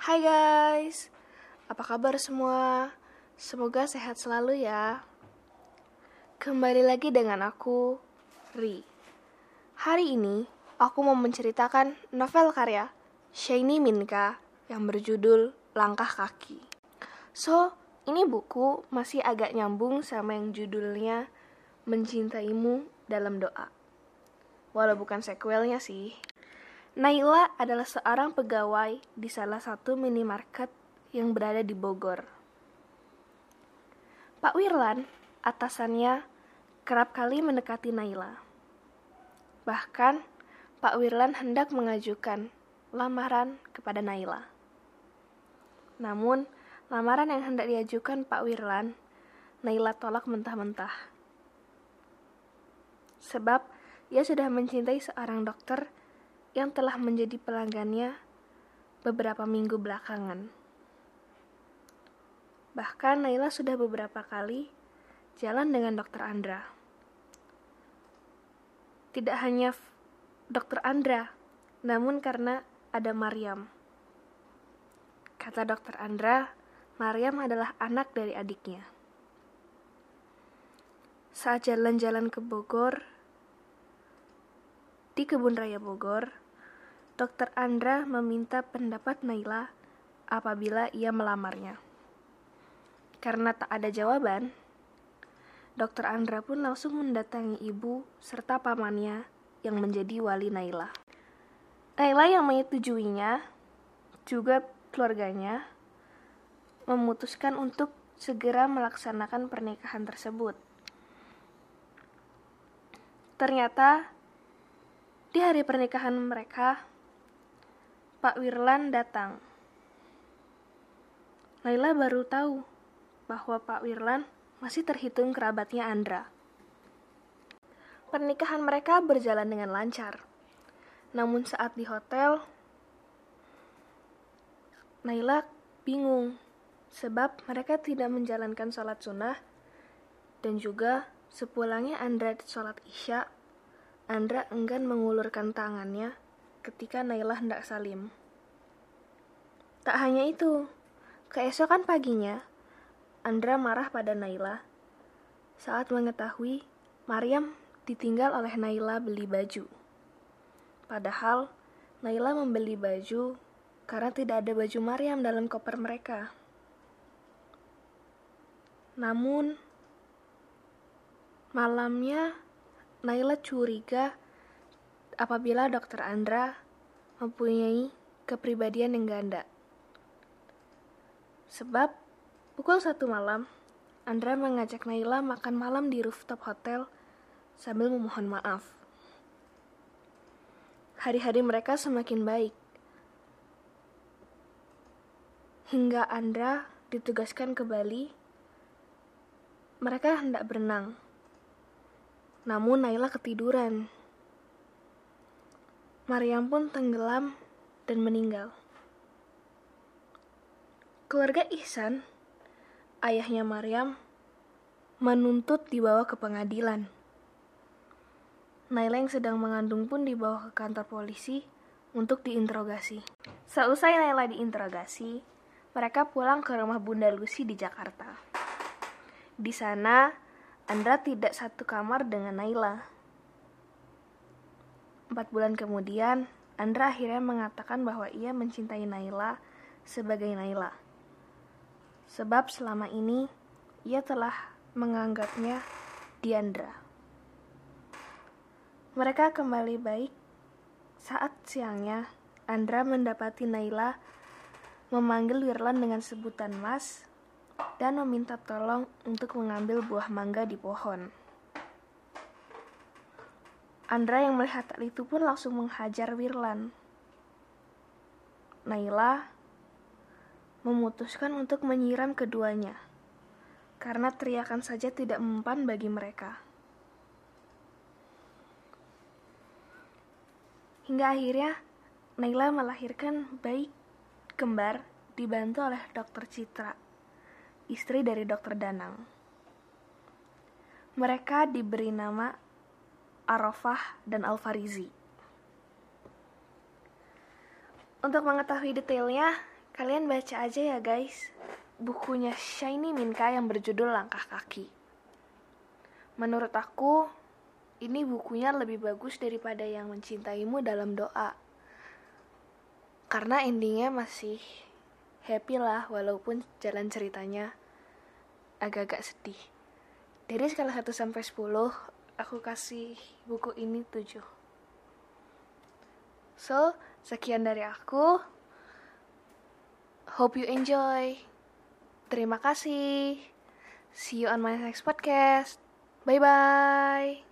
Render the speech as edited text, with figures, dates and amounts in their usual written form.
Hai guys, apa kabar semua? Semoga sehat selalu ya. Kembali lagi dengan aku, Ri. Hari ini, aku mau menceritakan novel karya Shaini Minka yang berjudul Langkah Kaki. So, ini buku masih agak nyambung sama yang judulnya Mencintaimu dalam Doa. Walau bukan sequelnya sih. Naila adalah seorang pegawai di salah satu minimarket yang berada di Bogor. Pak Wirlan, atasannya, kerap kali mendekati Naila. Bahkan, Pak Wirlan hendak mengajukan lamaran kepada Naila. Namun, lamaran yang hendak diajukan Pak Wirlan, Naila tolak mentah-mentah. Sebab, ia sudah mencintai seorang dokter yang telah menjadi pelanggannya beberapa minggu belakangan. Bahkan Naila sudah beberapa kali jalan dengan Dr. Andra. Tidak hanya Dr. Andra, namun karena ada Maryam. Kata Dr. Andra, Maryam adalah anak dari adiknya. Saat jalan-jalan ke Bogor, di Kebun Raya Bogor, Dr. Andra meminta pendapat Naila apabila ia melamarnya. Karena tak ada jawaban, Dr. Andra pun langsung mendatangi ibu serta pamannya yang menjadi wali Naila. Naila yang menyetujuinya, juga keluarganya, memutuskan untuk segera melaksanakan pernikahan tersebut. Ternyata, di hari pernikahan mereka, Pak Wirlan datang. Naila baru tahu bahwa Pak Wirlan masih terhitung kerabatnya Andra. Pernikahan mereka berjalan dengan lancar. Namun saat di hotel, Naila bingung sebab mereka tidak menjalankan sholat sunnah dan juga sepulangnya Andra sholat isya, Andra enggan mengulurkan tangannya ketika Naila hendak salim. Tak hanya itu, keesokan paginya, Andra marah pada Naila saat mengetahui Maryam ditinggal oleh Naila beli baju. Padahal, Naila membeli baju karena tidak ada baju Maryam dalam koper mereka. Namun, malamnya Naila curiga apabila Dr. Andra mempunyai kepribadian yang ganda. Sebab, pukul 1 malam, Andra mengajak Naila makan malam di rooftop hotel sambil memohon maaf. Hari-hari mereka semakin baik. Hingga Andra ditugaskan ke Bali, mereka hendak berenang. Namun Naila ketiduran. Maryam pun tenggelam dan meninggal. Keluarga Ihsan, ayahnya Maryam, menuntut dibawa ke pengadilan. Naila yang sedang mengandung pun dibawa ke kantor polisi untuk diinterogasi. Seusai Naila diinterogasi, mereka pulang ke rumah Bunda Lucy di Jakarta. Di sana, Andra tidak satu kamar dengan Naila. 4 bulan kemudian, Andra akhirnya mengatakan bahwa ia mencintai Naila sebagai Naila. Sebab selama ini, ia telah menganggapnya Diandra. Mereka kembali baik saat siangnya Andra mendapati Naila memanggil Wirlan dengan sebutan Mas dan meminta tolong untuk mengambil buah mangga di pohon. Andra yang melihat hal itu pun langsung menghajar Wirlan. Naila memutuskan untuk menyiram keduanya, karena teriakan saja tidak mempan bagi mereka. Hingga akhirnya, Naila melahirkan bayi kembar dibantu oleh Dr. Citra, istri dari Dr. Danang. Mereka diberi nama Arafah dan Alfarizi. Untuk mengetahui detailnya, Kalian baca aja ya guys, bukunya Shiny Minka yang berjudul Langkah Kaki. Menurut aku, ini bukunya lebih bagus daripada Yang Mencintaimu Dalam Doa. Karena endingnya masih happy lah, walaupun jalan ceritanya agak-agak sedih. Dari skala 1-10, aku kasih buku ini 7. So, sekian dari aku. Hope you enjoy. Terima kasih. See you on my next podcast. Bye-bye.